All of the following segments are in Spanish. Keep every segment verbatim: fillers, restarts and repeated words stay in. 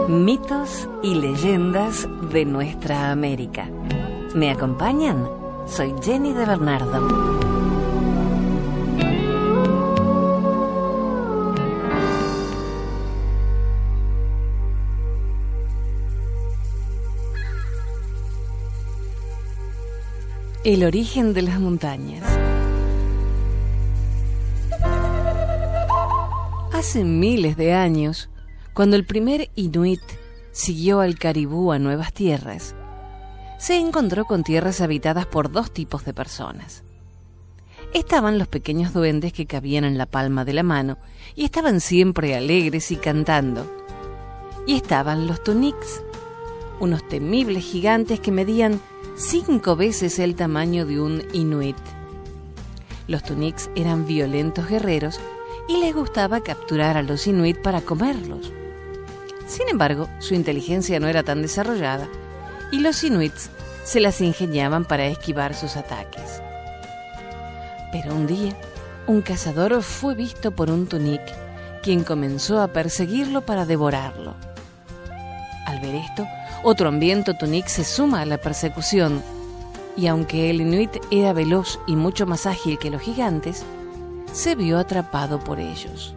Mitos y leyendas de nuestra América. ¿Me acompañan? Soy Jenny de Bernardo. El origen de las montañas. Hace miles de años, cuando el primer inuit siguió al caribú a nuevas tierras, se encontró con tierras habitadas por dos tipos de personas. Estaban los pequeños duendes que cabían en la palma de la mano y estaban siempre alegres y cantando. Y estaban los tuniks, unos temibles gigantes que medían cinco veces el tamaño de un inuit. Los tuniks eran violentos guerreros y les gustaba capturar a los inuit para comerlos. Sin embargo, su inteligencia no era tan desarrollada y los inuits se las ingeniaban para esquivar sus ataques. Pero un día, un cazador fue visto por un tunik, quien comenzó a perseguirlo para devorarlo. Al ver esto, otro hambriento tunik se suma a la persecución, y aunque el inuit era veloz y mucho más ágil que los gigantes, se vio atrapado por ellos.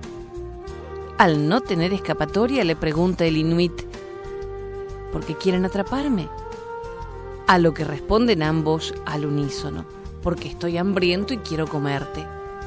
Al no tener escapatoria, le pregunta el inuit: ¿por qué quieren atraparme? A lo que responden ambos al unísono: porque estoy hambriento y quiero comerte.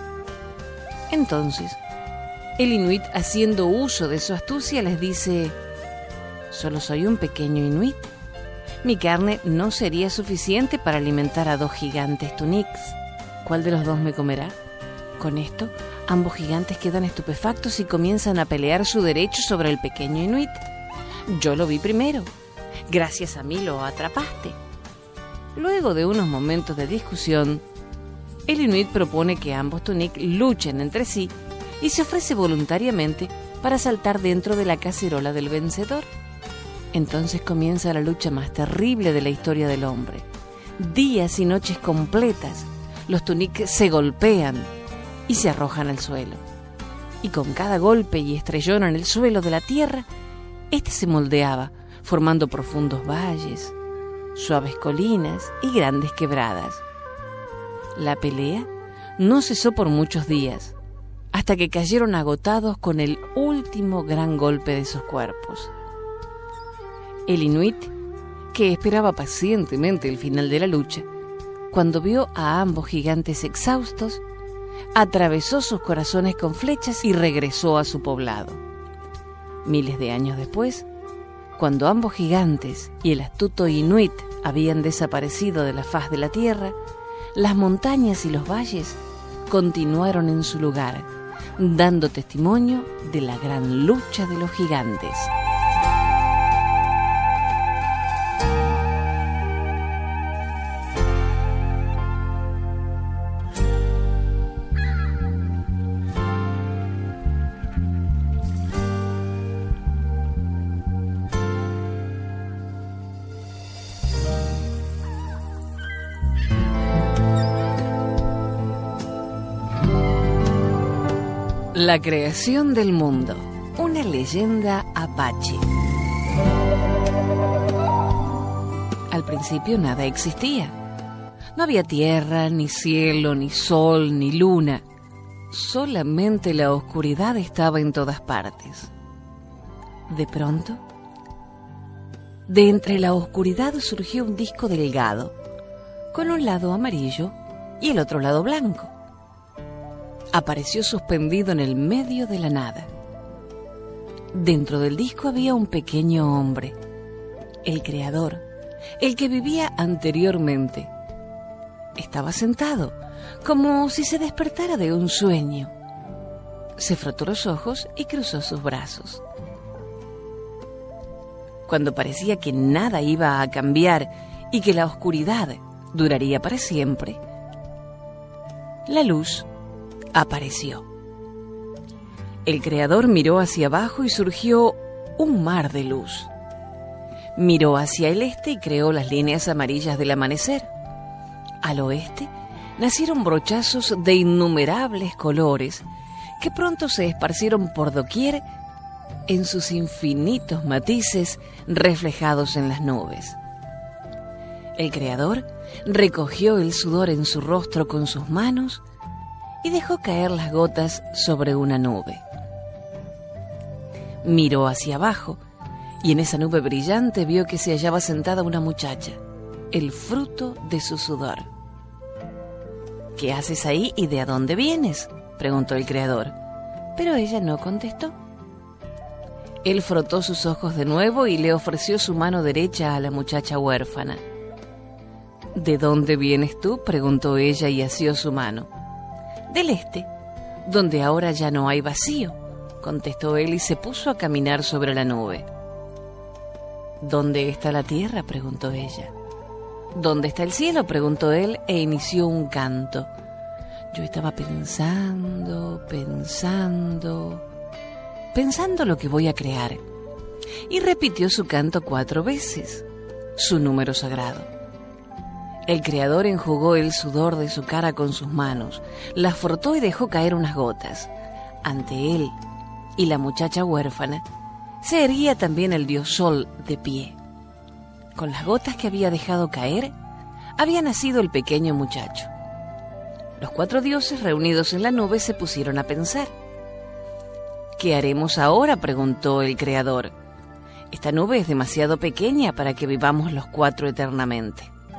Entonces, el inuit, haciendo uso de su astucia, les dice: solo soy un pequeño inuit. Mi carne no sería suficiente para alimentar a dos gigantes tuniks. ¿Cuál de los dos me comerá? Con esto, ambos gigantes quedan estupefactos y comienzan a pelear su derecho sobre el pequeño inuit. Yo lo vi primero. Gracias a mí lo atrapaste. Luego de unos momentos de discusión, el inuit propone que ambos tunik luchen entre sí y se ofrece voluntariamente para saltar dentro de la cacerola del vencedor. Entonces comienza la lucha más terrible de la historia del hombre. Días y noches completas, los tunik se golpean y se arrojan al suelo. Y con cada golpe y estrellón en el suelo de la tierra, éste se moldeaba, formando profundos valles, suaves colinas y grandes quebradas. La pelea no cesó por muchos días, hasta que cayeron agotados con el último gran golpe de sus cuerpos. El inuit, que esperaba pacientemente el final de la lucha, cuando vio a ambos gigantes exhaustos, atravesó sus corazones con flechas y regresó a su poblado. Miles de años después, cuando ambos gigantes y el astuto inuit habían desaparecido de la faz de la tierra, las montañas y los valles continuaron en su lugar, dando testimonio de la gran lucha de los gigantes. La creación del mundo, una leyenda apache. Al principio nada existía. No había tierra, ni cielo, ni sol, ni luna. Solamente la oscuridad estaba en todas partes. De pronto, de entre la oscuridad surgió un disco delgado, con un lado amarillo y el otro lado blanco. Apareció suspendido en el medio de la nada. Dentro del disco había un pequeño hombre, el creador, el que vivía anteriormente. Estaba sentado, como si se despertara de un sueño. Se frotó los ojos y cruzó sus brazos. Cuando parecía que nada iba a cambiar y que la oscuridad duraría para siempre, la luz apareció. El creador miró hacia abajo y surgió un mar de luz. Miró hacia el este y creó las líneas amarillas del amanecer. Al oeste nacieron brochazos de innumerables colores que pronto se esparcieron por doquier en sus infinitos matices reflejados en las nubes. El Creador recogió el sudor en su rostro con sus manos y dejó caer las gotas sobre una nube. Miró hacia abajo y en esa nube brillante vio que se hallaba sentada una muchacha, el fruto de su sudor. «¿Qué haces ahí y de a dónde vienes?», preguntó el Creador, pero ella no contestó. Él frotó sus ojos de nuevo y le ofreció su mano derecha a la muchacha huérfana. «¿De dónde vienes tú?», preguntó ella y asió su mano. «Del este, donde ahora ya no hay vacío», contestó él y se puso a caminar sobre la nube. «¿Dónde está la tierra?», preguntó ella. «¿Dónde está el cielo?», preguntó él e inició un canto. Yo estaba pensando, pensando, pensando lo que voy a crear. Y repitió su canto cuatro veces, su número sagrado. El Creador enjugó el sudor de su cara con sus manos, la frotó y dejó caer unas gotas. Ante él y la muchacha huérfana se erguía también el dios Sol de pie. Con las gotas que había dejado caer, había nacido el pequeño muchacho. Los cuatro dioses reunidos en la nube se pusieron a pensar. «¿Qué haremos ahora?», preguntó el Creador. «Esta nube es demasiado pequeña para que vivamos los cuatro eternamente».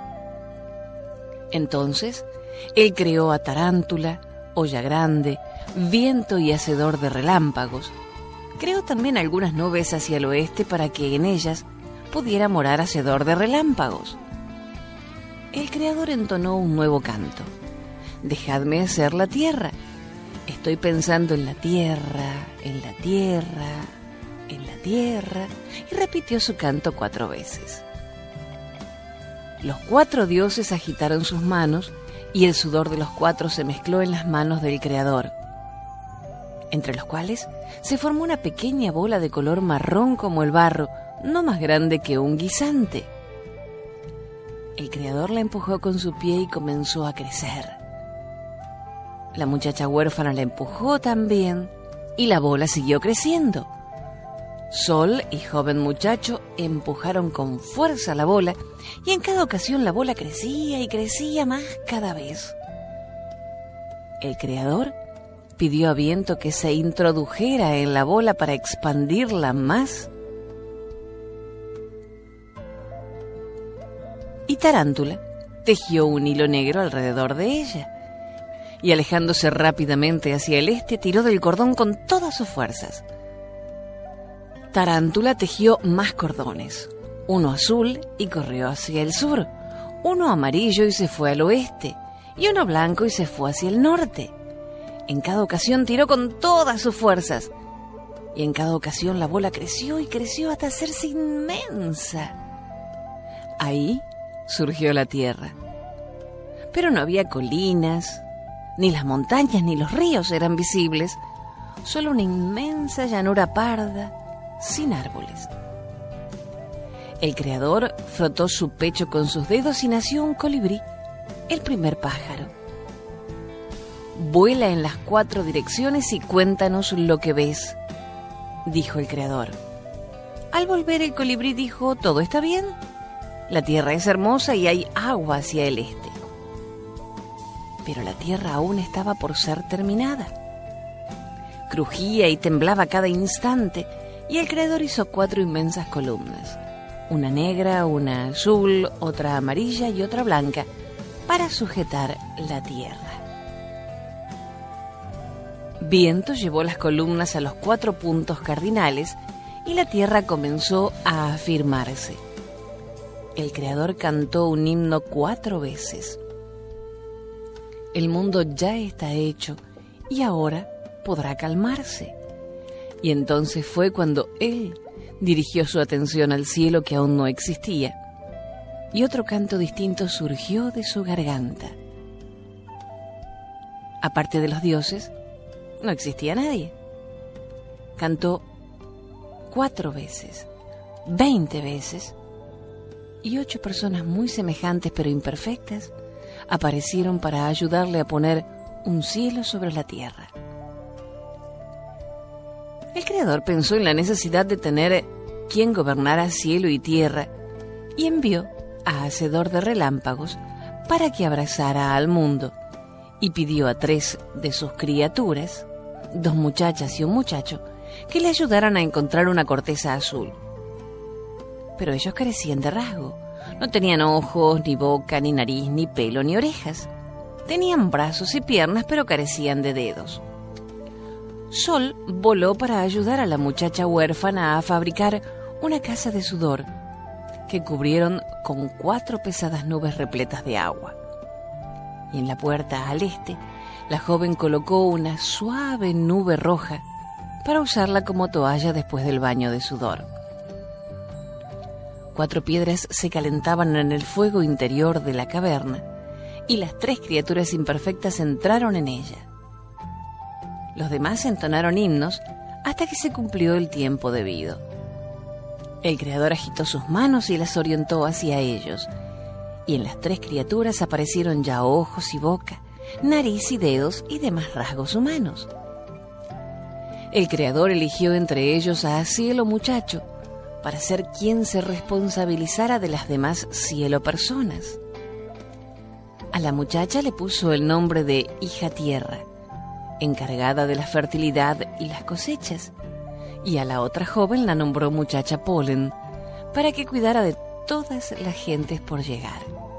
Entonces, él creó a Tarántula, olla grande, viento y hacedor de relámpagos. Creó también algunas nubes hacia el oeste para que en ellas pudiera morar hacedor de relámpagos. El Creador entonó un nuevo canto. «Dejadme hacer la tierra. Estoy pensando en la tierra, en la tierra, en la tierra», y repitió su canto cuatro veces. Los cuatro dioses agitaron sus manos y el sudor de los cuatro se mezcló en las manos del Creador, entre los cuales se formó una pequeña bola de color marrón como el barro, no más grande que un guisante. El Creador la empujó con su pie y comenzó a crecer. La muchacha huérfana la empujó también y la bola siguió creciendo. Sol y joven muchacho empujaron con fuerza la bola y en cada ocasión la bola crecía y crecía más cada vez. El Creador pidió a Viento que se introdujera en la bola para expandirla más. Y Tarántula tejió un hilo negro alrededor de ella y, alejándose rápidamente hacia el este, tiró del cordón con todas sus fuerzas. Tarántula tejió más cordones, uno azul y corrió hacia el sur, uno amarillo y se fue al oeste, y uno blanco y se fue hacia el norte. En cada ocasión tiró con todas sus fuerzas, y en cada ocasión la bola creció y creció hasta hacerse inmensa. Ahí surgió la tierra, pero no había colinas, ni las montañas ni los ríos eran visibles, solo una inmensa llanura parda, sin árboles. El Creador frotó su pecho con sus dedos y nació un colibrí, el primer pájaro. «Vuela en las cuatro direcciones y cuéntanos lo que ves», dijo el Creador. Al volver el colibrí dijo: «Todo está bien. La tierra es hermosa y hay agua hacia el este». Pero la tierra aún estaba por ser terminada. Crujía y temblaba cada instante, y el Creador hizo cuatro inmensas columnas, una negra, una azul, otra amarilla y otra blanca, para sujetar la tierra. Viento llevó las columnas a los cuatro puntos cardinales y la tierra comenzó a afirmarse. El Creador cantó un himno cuatro veces. El mundo ya está hecho y ahora podrá calmarse. Y entonces fue cuando él dirigió su atención al cielo que aún no existía, y otro canto distinto surgió de su garganta. Aparte de los dioses, no existía nadie. Cantó cuatro veces, veinte veces, y ocho personas muy semejantes pero imperfectas aparecieron para ayudarle a poner un cielo sobre la tierra. El Creador pensó en la necesidad de tener quien gobernara cielo y tierra y envió a Hacedor de Relámpagos para que abrazara al mundo, y pidió a tres de sus criaturas, dos muchachas y un muchacho, que le ayudaran a encontrar una corteza azul. Pero ellos carecían de rasgo. No tenían ojos, ni boca, ni nariz, ni pelo, ni orejas. Tenían brazos y piernas, pero carecían de dedos. Sol voló para ayudar a la muchacha huérfana a fabricar una casa de sudor que cubrieron con cuatro pesadas nubes repletas de agua. Y en la puerta al este, la joven colocó una suave nube roja para usarla como toalla después del baño de sudor. Cuatro piedras se calentaban en el fuego interior de la caverna y las tres criaturas imperfectas entraron en ella. Los demás entonaron himnos hasta que se cumplió el tiempo debido. El Creador agitó sus manos y las orientó hacia ellos, y en las tres criaturas aparecieron ya ojos y boca, nariz y dedos y demás rasgos humanos. El Creador eligió entre ellos a Cielo Muchacho para ser quien se responsabilizara de las demás cielo personas. A la muchacha le puso el nombre de Hija Tierra, encargada de la fertilidad y las cosechas, y a la otra joven la nombró Muchacha Polen, para que cuidara de todas las gentes por llegar.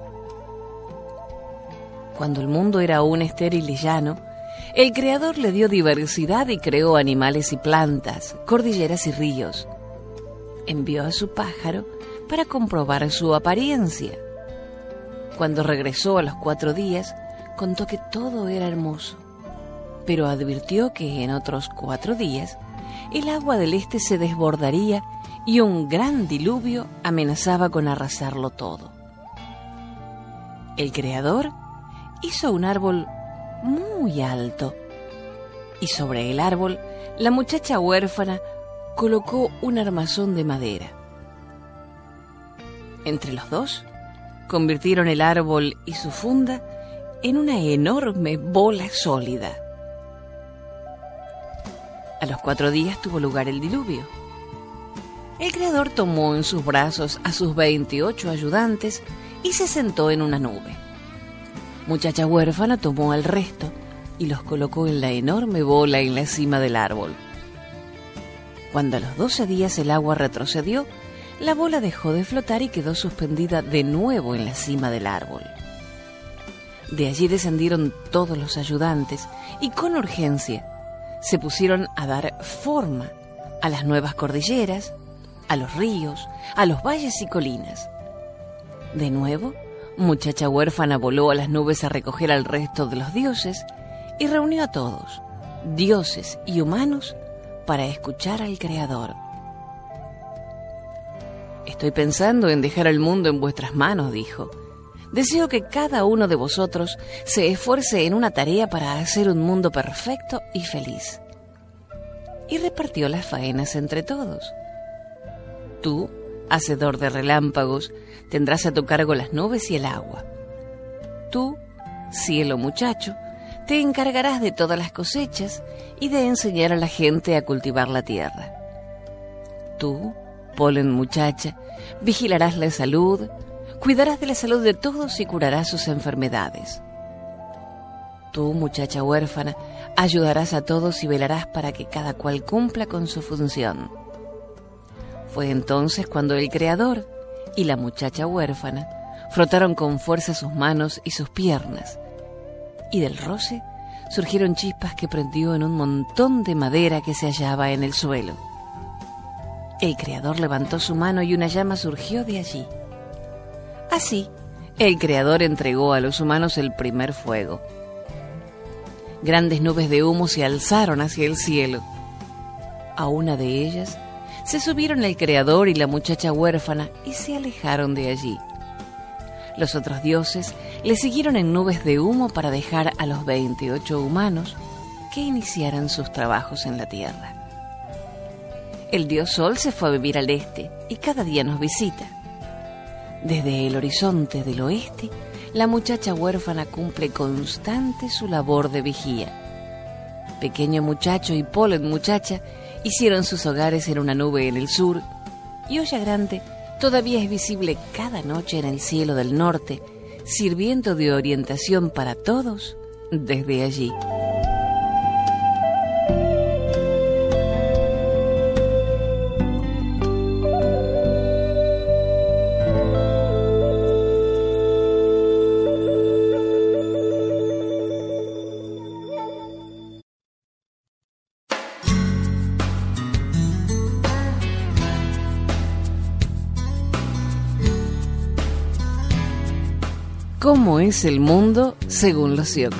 Cuando el mundo era aún estéril y llano, el Creador le dio diversidad y creó animales y plantas, cordilleras y ríos. Envió a su pájaro para comprobar su apariencia. Cuando regresó a los cuatro días, contó que todo era hermoso, pero advirtió que en otros cuatro días el agua del este se desbordaría y un gran diluvio amenazaba con arrasarlo todo. El Creador hizo un árbol muy alto, y sobre el árbol la muchacha huérfana colocó un armazón de madera. Entre los dos convirtieron el árbol y su funda en una enorme bola sólida. A los cuatro días tuvo lugar el diluvio. El Creador tomó en sus brazos a sus veintiocho ayudantes y se sentó en una nube. Muchacha huérfana tomó al resto y los colocó en la enorme bola en la cima del árbol. Cuando a los doce días el agua retrocedió, la bola dejó de flotar y quedó suspendida de nuevo en la cima del árbol. De allí descendieron todos los ayudantes y con urgencia se pusieron a dar forma a las nuevas cordilleras, a los ríos, a los valles y colinas. De nuevo, Muchacha huérfana voló a las nubes a recoger al resto de los dioses y reunió a todos, dioses y humanos, para escuchar al Creador. Estoy pensando en dejar el mundo en vuestras manos, dijo. Deseo que cada uno de vosotros se esfuerce en una tarea para hacer un mundo perfecto y feliz. Y repartió las faenas entre todos. Tú, Hacedor de Relámpagos, tendrás a tu cargo las nubes y el agua. Tú, Cielo Muchacho, te encargarás de todas las cosechas y de enseñar a la gente a cultivar la tierra. Tú, Polen Muchacha, vigilarás la salud, cuidarás de la salud de todos y curarás sus enfermedades. Tú, muchacha huérfana, ayudarás a todos y velarás para que cada cual cumpla con su función. Fue entonces cuando el Creador y la muchacha huérfana frotaron con fuerza sus manos y sus piernas, y del roce surgieron chispas que prendió en un montón de madera que se hallaba en el suelo. El Creador levantó su mano y una llama surgió de allí. Así, el Creador entregó a los humanos el primer fuego. Grandes nubes de humo se alzaron hacia el cielo. A una de ellas se subieron el Creador y la muchacha huérfana y se alejaron de allí. Los otros dioses le siguieron en nubes de humo para dejar a los veintiocho humanos que iniciaran sus trabajos en la tierra. El dios Sol se fue a vivir al este y cada día nos visita. Desde el horizonte del oeste, la muchacha huérfana cumple constante su labor de vigía. Pequeño Muchacho y Polen Muchacha Hicieron sus hogares en una nube en el sur, y Olla Grande todavía es visible cada noche en el cielo del norte, sirviendo de orientación para todos desde allí. ¿Cómo es el mundo según los Sioux?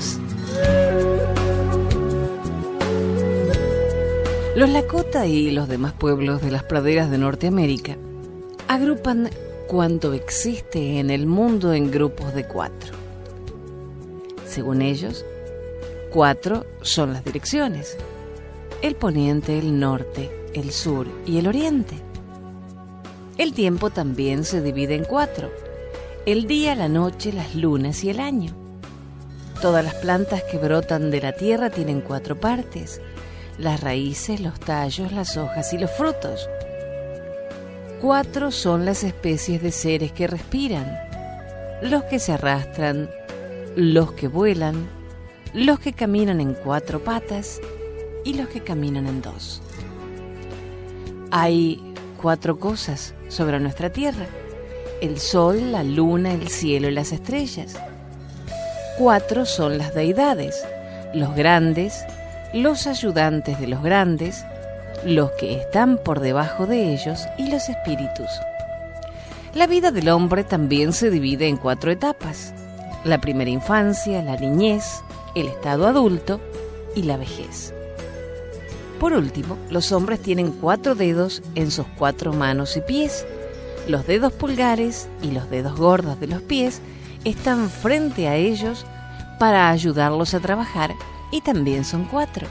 Los Lakota y los demás pueblos de las praderas de Norteamérica agrupan cuanto existe en el mundo en grupos de cuatro. Según ellos, cuatro son las direcciones: el poniente, el norte, el sur y el oriente. El tiempo también se divide en cuatro: el día, la noche, las lunas y el año. Todas las plantas que brotan de la tierra tienen cuatro partes: las raíces, los tallos, las hojas y los frutos. Cuatro son las especies de seres que respiran: los que se arrastran, los que vuelan, los que caminan en cuatro patas y los que caminan en dos. Hay cuatro cosas sobre nuestra tierra: el sol, la luna, el cielo y las estrellas. Cuatro son las deidades: los grandes, los ayudantes de los grandes, los que están por debajo de ellos y los espíritus. La vida del hombre también se divide en cuatro etapas: la primera infancia, la niñez, el estado adulto y la vejez. Por último, los hombres tienen cuatro dedos en sus cuatro manos y pies. Los dedos pulgares y los dedos gordos de los pies están frente a ellos para ayudarlos a trabajar, y también son cuatro.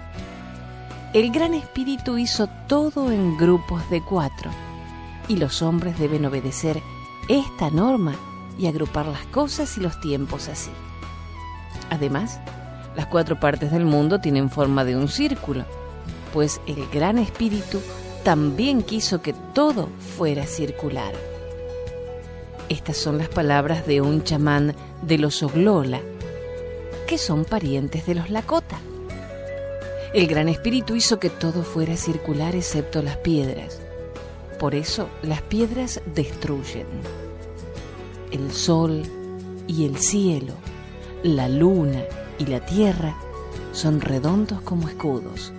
El Gran Espíritu hizo todo en grupos de cuatro, y los hombres deben obedecer esta norma y agrupar las cosas y los tiempos así. Además, las cuatro partes del mundo tienen forma de un círculo, pues el Gran Espíritu también quiso que todo fuera circular. Estas son las palabras de un chamán de los Oglala, que son parientes de los Lakota. El Gran Espíritu hizo que todo fuera circular excepto las piedras. Por eso las piedras destruyen. El sol y el cielo, la luna y la tierra son redondos como escudos.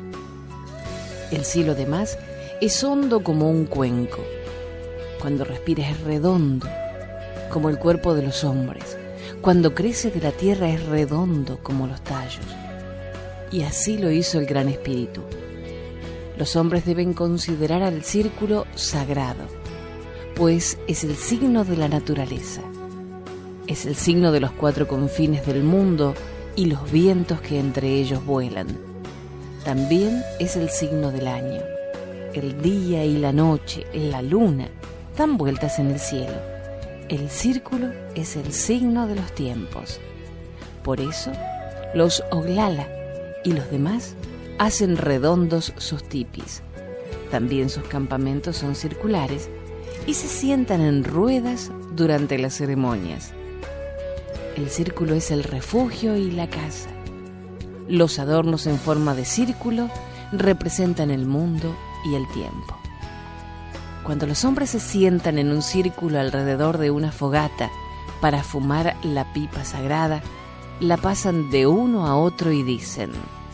El cielo, además, es hondo como un cuenco. Cuando respira es redondo, como el cuerpo de los hombres. Cuando crece de la tierra es redondo como los tallos. Y así lo hizo el Gran Espíritu. Los hombres deben considerar al círculo sagrado, pues es el signo de la naturaleza. Es el signo de los cuatro confines del mundo y los vientos que entre ellos vuelan. También es el signo del año. El día y la noche, la luna, dan vueltas en el cielo. El círculo es el signo de los tiempos. Por eso, los Oglala y los demás hacen redondos sus tipis. También sus campamentos son circulares y se sientan en ruedas durante las ceremonias. El círculo es el refugio y la casa. Los adornos en forma de círculo representan el mundo y el tiempo. Cuando los hombres se sientan en un círculo alrededor de una fogata para fumar la pipa sagrada, la pasan de uno a otro y dicen: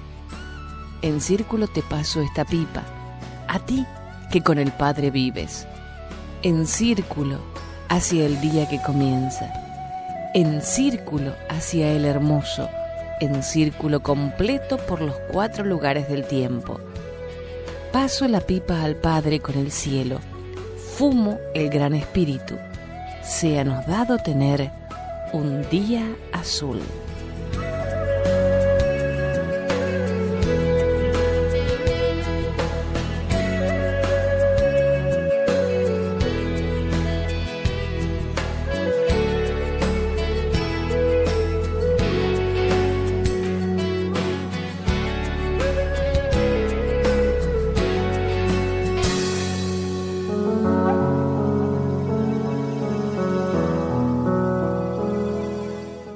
en círculo te paso esta pipa, a ti que con el Padre vives. En círculo hacia el día que comienza. En círculo hacia el hermoso. En círculo completo por los cuatro lugares del tiempo. Paso la pipa al Padre con el cielo. Fumo el Gran Espíritu. Séanos dado tener un día azul.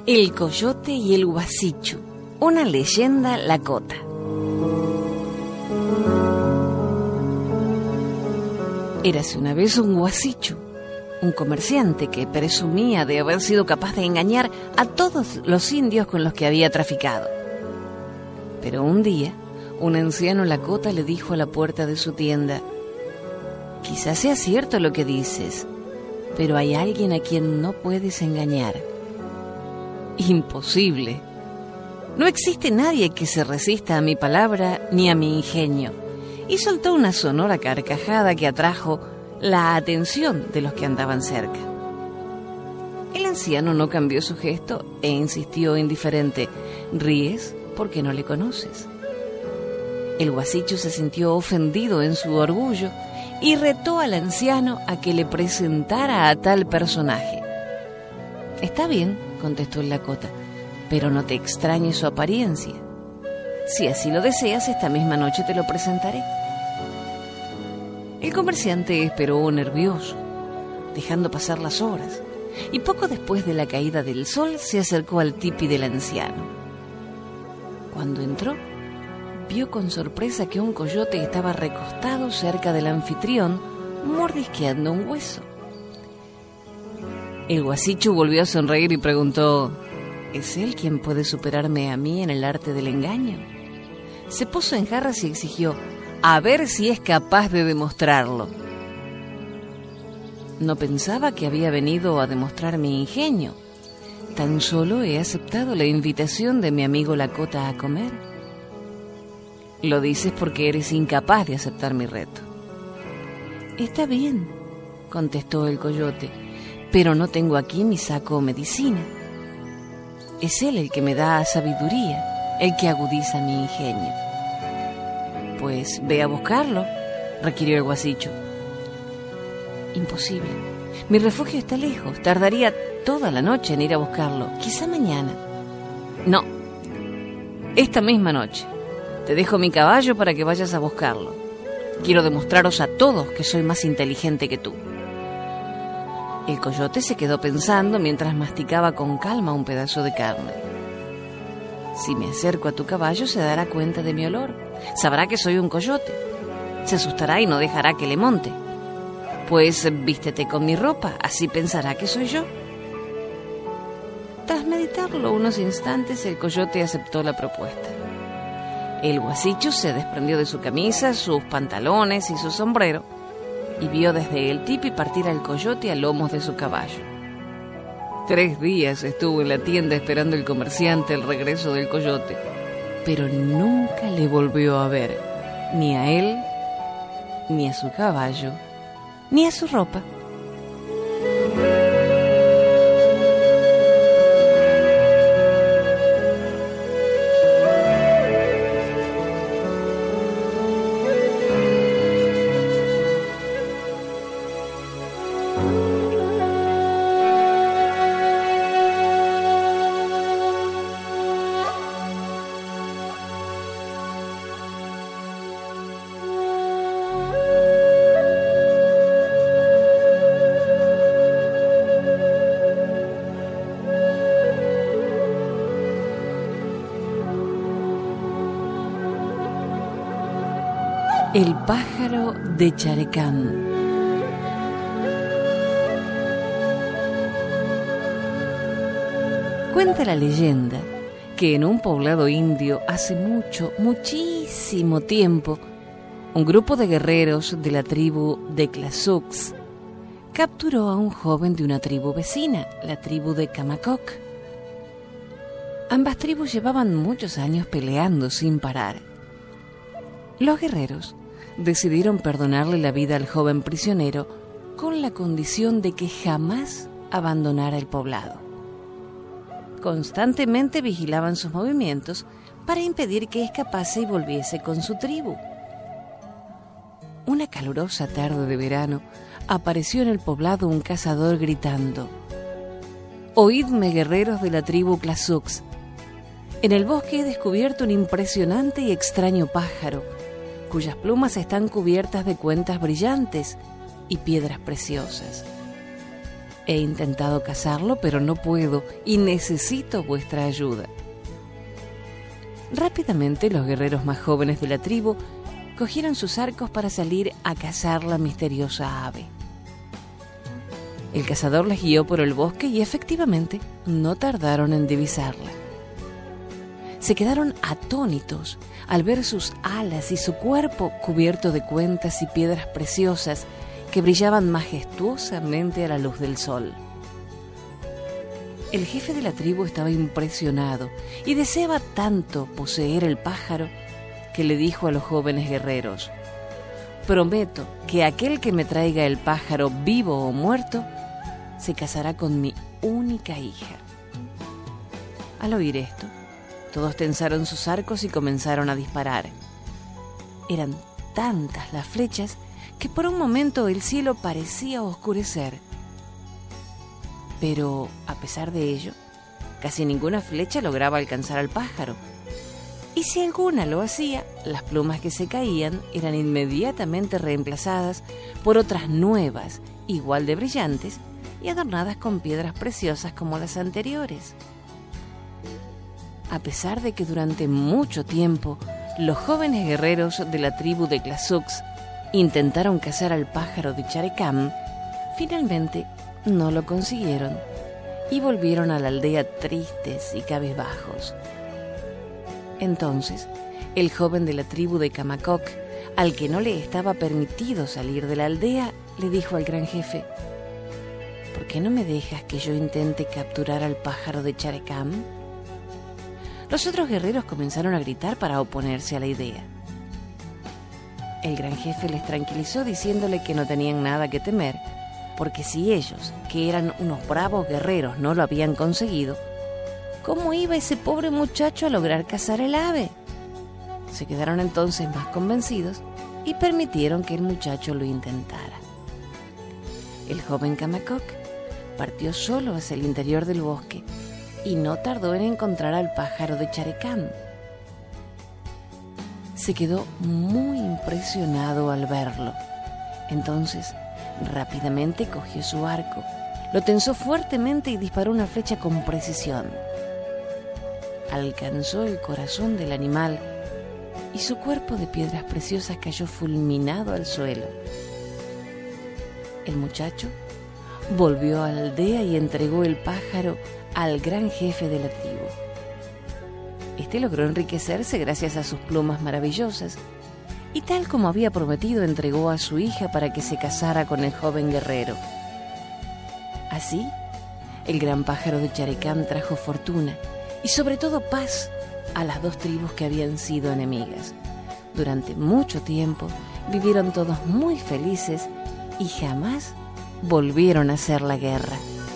El coyote y el guasichu, una leyenda lakota. Érase una vez un guasichu, un comerciante que presumía de haber sido capaz de engañar a todos los indios con los que había traficado. Pero un día, un anciano lakota le dijo a la puerta de su tienda: «Quizás sea cierto lo que dices, pero hay alguien a quien no puedes engañar». «Imposible. No existe nadie que se resista a mi palabra ni a mi ingenio». Y soltó una sonora carcajada que atrajo la atención de los que andaban cerca. El anciano no cambió su gesto e insistió indiferente: «¿Ríes porque no le conoces?». El guasichu se sintió ofendido en su orgullo y retó al anciano a que le presentara a tal personaje. «Está bien», contestó el lakota, «pero no te extrañe su apariencia. Si así lo deseas, esta misma noche te lo presentaré». El comerciante esperó nervioso, dejando pasar las horas, y poco después de la caída del sol se acercó al tipi del anciano. Cuando entró, vio con sorpresa que un coyote estaba recostado cerca del anfitrión, mordisqueando un hueso. El guasichu volvió a sonreír y preguntó: «¿Es él quien puede superarme a mí en el arte del engaño?». Se puso en jarras y exigió: «A ver si es capaz de demostrarlo». «No pensaba que había venido a demostrar mi ingenio. Tan solo he aceptado la invitación de mi amigo lakota a comer». «Lo dices porque eres incapaz de aceptar mi reto». «Está bien», contestó el coyote, «pero no tengo aquí mi saco o medicina. Es él el que me da sabiduría, el que agudiza mi ingenio». «Pues ve a buscarlo», requirió el guasichu. «Imposible. Mi refugio está lejos. Tardaría toda la noche en ir a buscarlo. Quizá mañana». «No. Esta misma noche. Te dejo mi caballo para que vayas a buscarlo. Quiero demostraros a todos que soy más inteligente que tú». El coyote se quedó pensando mientras masticaba con calma un pedazo de carne. «Si me acerco a tu caballo, se dará cuenta de mi olor. Sabrá que soy un coyote. Se asustará y no dejará que le monte. Pues vístete con mi ropa, así pensará que soy yo». Tras meditarlo unos instantes, el coyote aceptó la propuesta. El guasichu se desprendió de su camisa, sus pantalones y su sombrero, y vio desde el tipi partir al coyote a lomos de su caballo. Tres días estuvo en la tienda esperando el comerciante el regreso del coyote, pero nunca le volvió a ver, ni a él, ni a su caballo, ni a su ropa. El pájaro de Charecán. Cuenta la leyenda que en un poblado indio hace mucho, muchísimo tiempo, un grupo de guerreros de la tribu de Clasucs capturó a un joven de una tribu vecina, la tribu de Camacoc. Ambas tribus llevaban muchos años peleando sin parar. Los guerreros decidieron perdonarle la vida al joven prisionero con la condición de que jamás abandonara el poblado. Constantemente vigilaban sus movimientos para impedir que escapase y volviese con su tribu. Una calurosa tarde de verano apareció en el poblado un cazador gritando: «Oídme, guerreros de la tribu Clasucs. En el bosque he descubierto un impresionante y extraño pájaro, cuyas plumas están cubiertas de cuentas brillantes y piedras preciosas. He intentado cazarlo, pero no puedo y necesito vuestra ayuda. Rápidamente los guerreros más jóvenes de la tribu cogieron sus arcos para salir a cazar la misteriosa ave. El cazador les guió por el bosque y efectivamente no tardaron en divisarla. Se quedaron atónitos al ver sus alas y su cuerpo cubierto de cuentas y piedras preciosas que brillaban majestuosamente a la luz del sol. El jefe de la tribu estaba impresionado y deseaba tanto poseer el pájaro que le dijo a los jóvenes guerreros: prometo que aquel que me traiga el pájaro vivo o muerto se casará con mi única hija. Al oír esto, todos tensaron sus arcos y comenzaron a disparar. Eran tantas las flechas que por un momento el cielo parecía oscurecer. Pero, a pesar de ello, casi ninguna flecha lograba alcanzar al pájaro. Y si alguna lo hacía, las plumas que se caían eran inmediatamente reemplazadas por otras nuevas, igual de brillantes y adornadas con piedras preciosas como las anteriores. A pesar de que durante mucho tiempo los jóvenes guerreros de la tribu de Classux intentaron cazar al pájaro de Charecam, finalmente no lo consiguieron y volvieron a la aldea tristes y cabizbajos. Entonces, el joven de la tribu de Camacoc, al que no le estaba permitido salir de la aldea, le dijo al gran jefe: ¿por qué no me dejas que yo intente capturar al pájaro de Charecam? Los otros guerreros comenzaron a gritar para oponerse a la idea. El gran jefe les tranquilizó diciéndole que no tenían nada que temer, porque si ellos, que eran unos bravos guerreros, no lo habían conseguido, ¿cómo iba ese pobre muchacho a lograr cazar el ave? Se quedaron entonces más convencidos y permitieron que el muchacho lo intentara. El joven Camacoc partió solo hacia el interior del bosque y no tardó en encontrar al pájaro de Charecam. Se quedó muy impresionado al verlo. Entonces, rápidamente cogió su arco, lo tensó fuertemente y disparó una flecha con precisión. Alcanzó el corazón del animal y su cuerpo de piedras preciosas cayó fulminado al suelo. El muchacho volvió a la aldea y entregó el pájaro al gran jefe de la tribu. Este logró enriquecerse gracias a sus plumas maravillosas y, tal como había prometido, entregó a su hija para que se casara con el joven guerrero. Así, el gran pájaro de Charecam trajo fortuna y sobre todo paz a las dos tribus que habían sido enemigas. Durante mucho tiempo vivieron todos muy felices y jamás volvieron a hacer la guerra.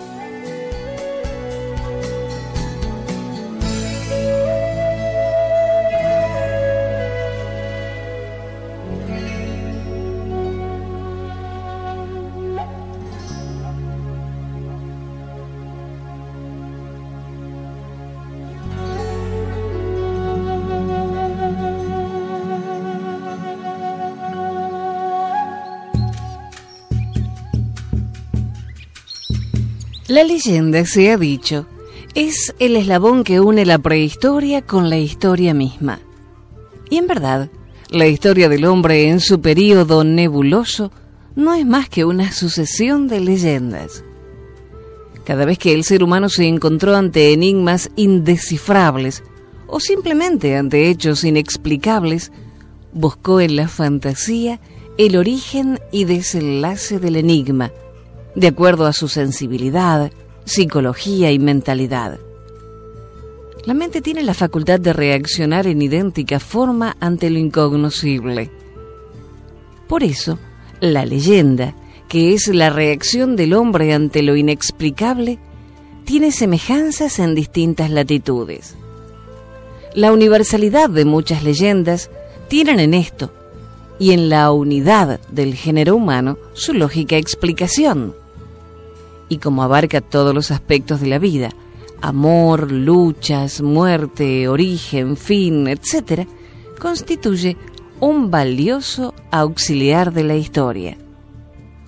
La leyenda, se ha dicho, es el eslabón que une la prehistoria con la historia misma. Y en verdad, la historia del hombre en su período nebuloso no es más que una sucesión de leyendas. Cada vez que el ser humano se encontró ante enigmas indescifrables o simplemente ante hechos inexplicables, buscó en la fantasía el origen y desenlace del enigma, de acuerdo a su sensibilidad, psicología y mentalidad. La mente tiene la facultad de reaccionar en idéntica forma ante lo incognoscible. Por eso, la leyenda, que es la reacción del hombre ante lo inexplicable, tiene semejanzas en distintas latitudes. La universalidad de muchas leyendas tienen en esto, y en la unidad del género humano, su lógica explicación. Y como abarca todos los aspectos de la vida, amor, luchas, muerte, origen, fin, etcétera, constituye un valioso auxiliar de la historia.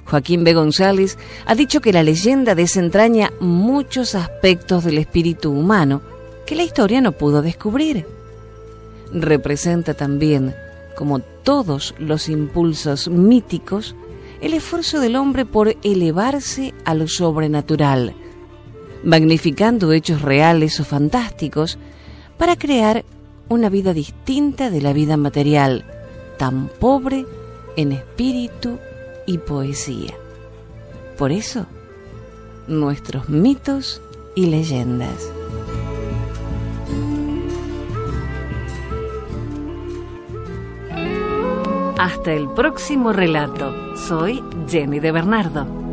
Joaquín B. González ha dicho que la leyenda desentraña muchos aspectos del espíritu humano que la historia no pudo descubrir. Representa también, como todos los impulsos míticos, el esfuerzo del hombre por elevarse a lo sobrenatural, magnificando hechos reales o fantásticos para crear una vida distinta de la vida material, tan pobre en espíritu y poesía. Por eso, nuestros mitos y leyendas. Hasta el próximo relato. Soy Jenny de Bernardo.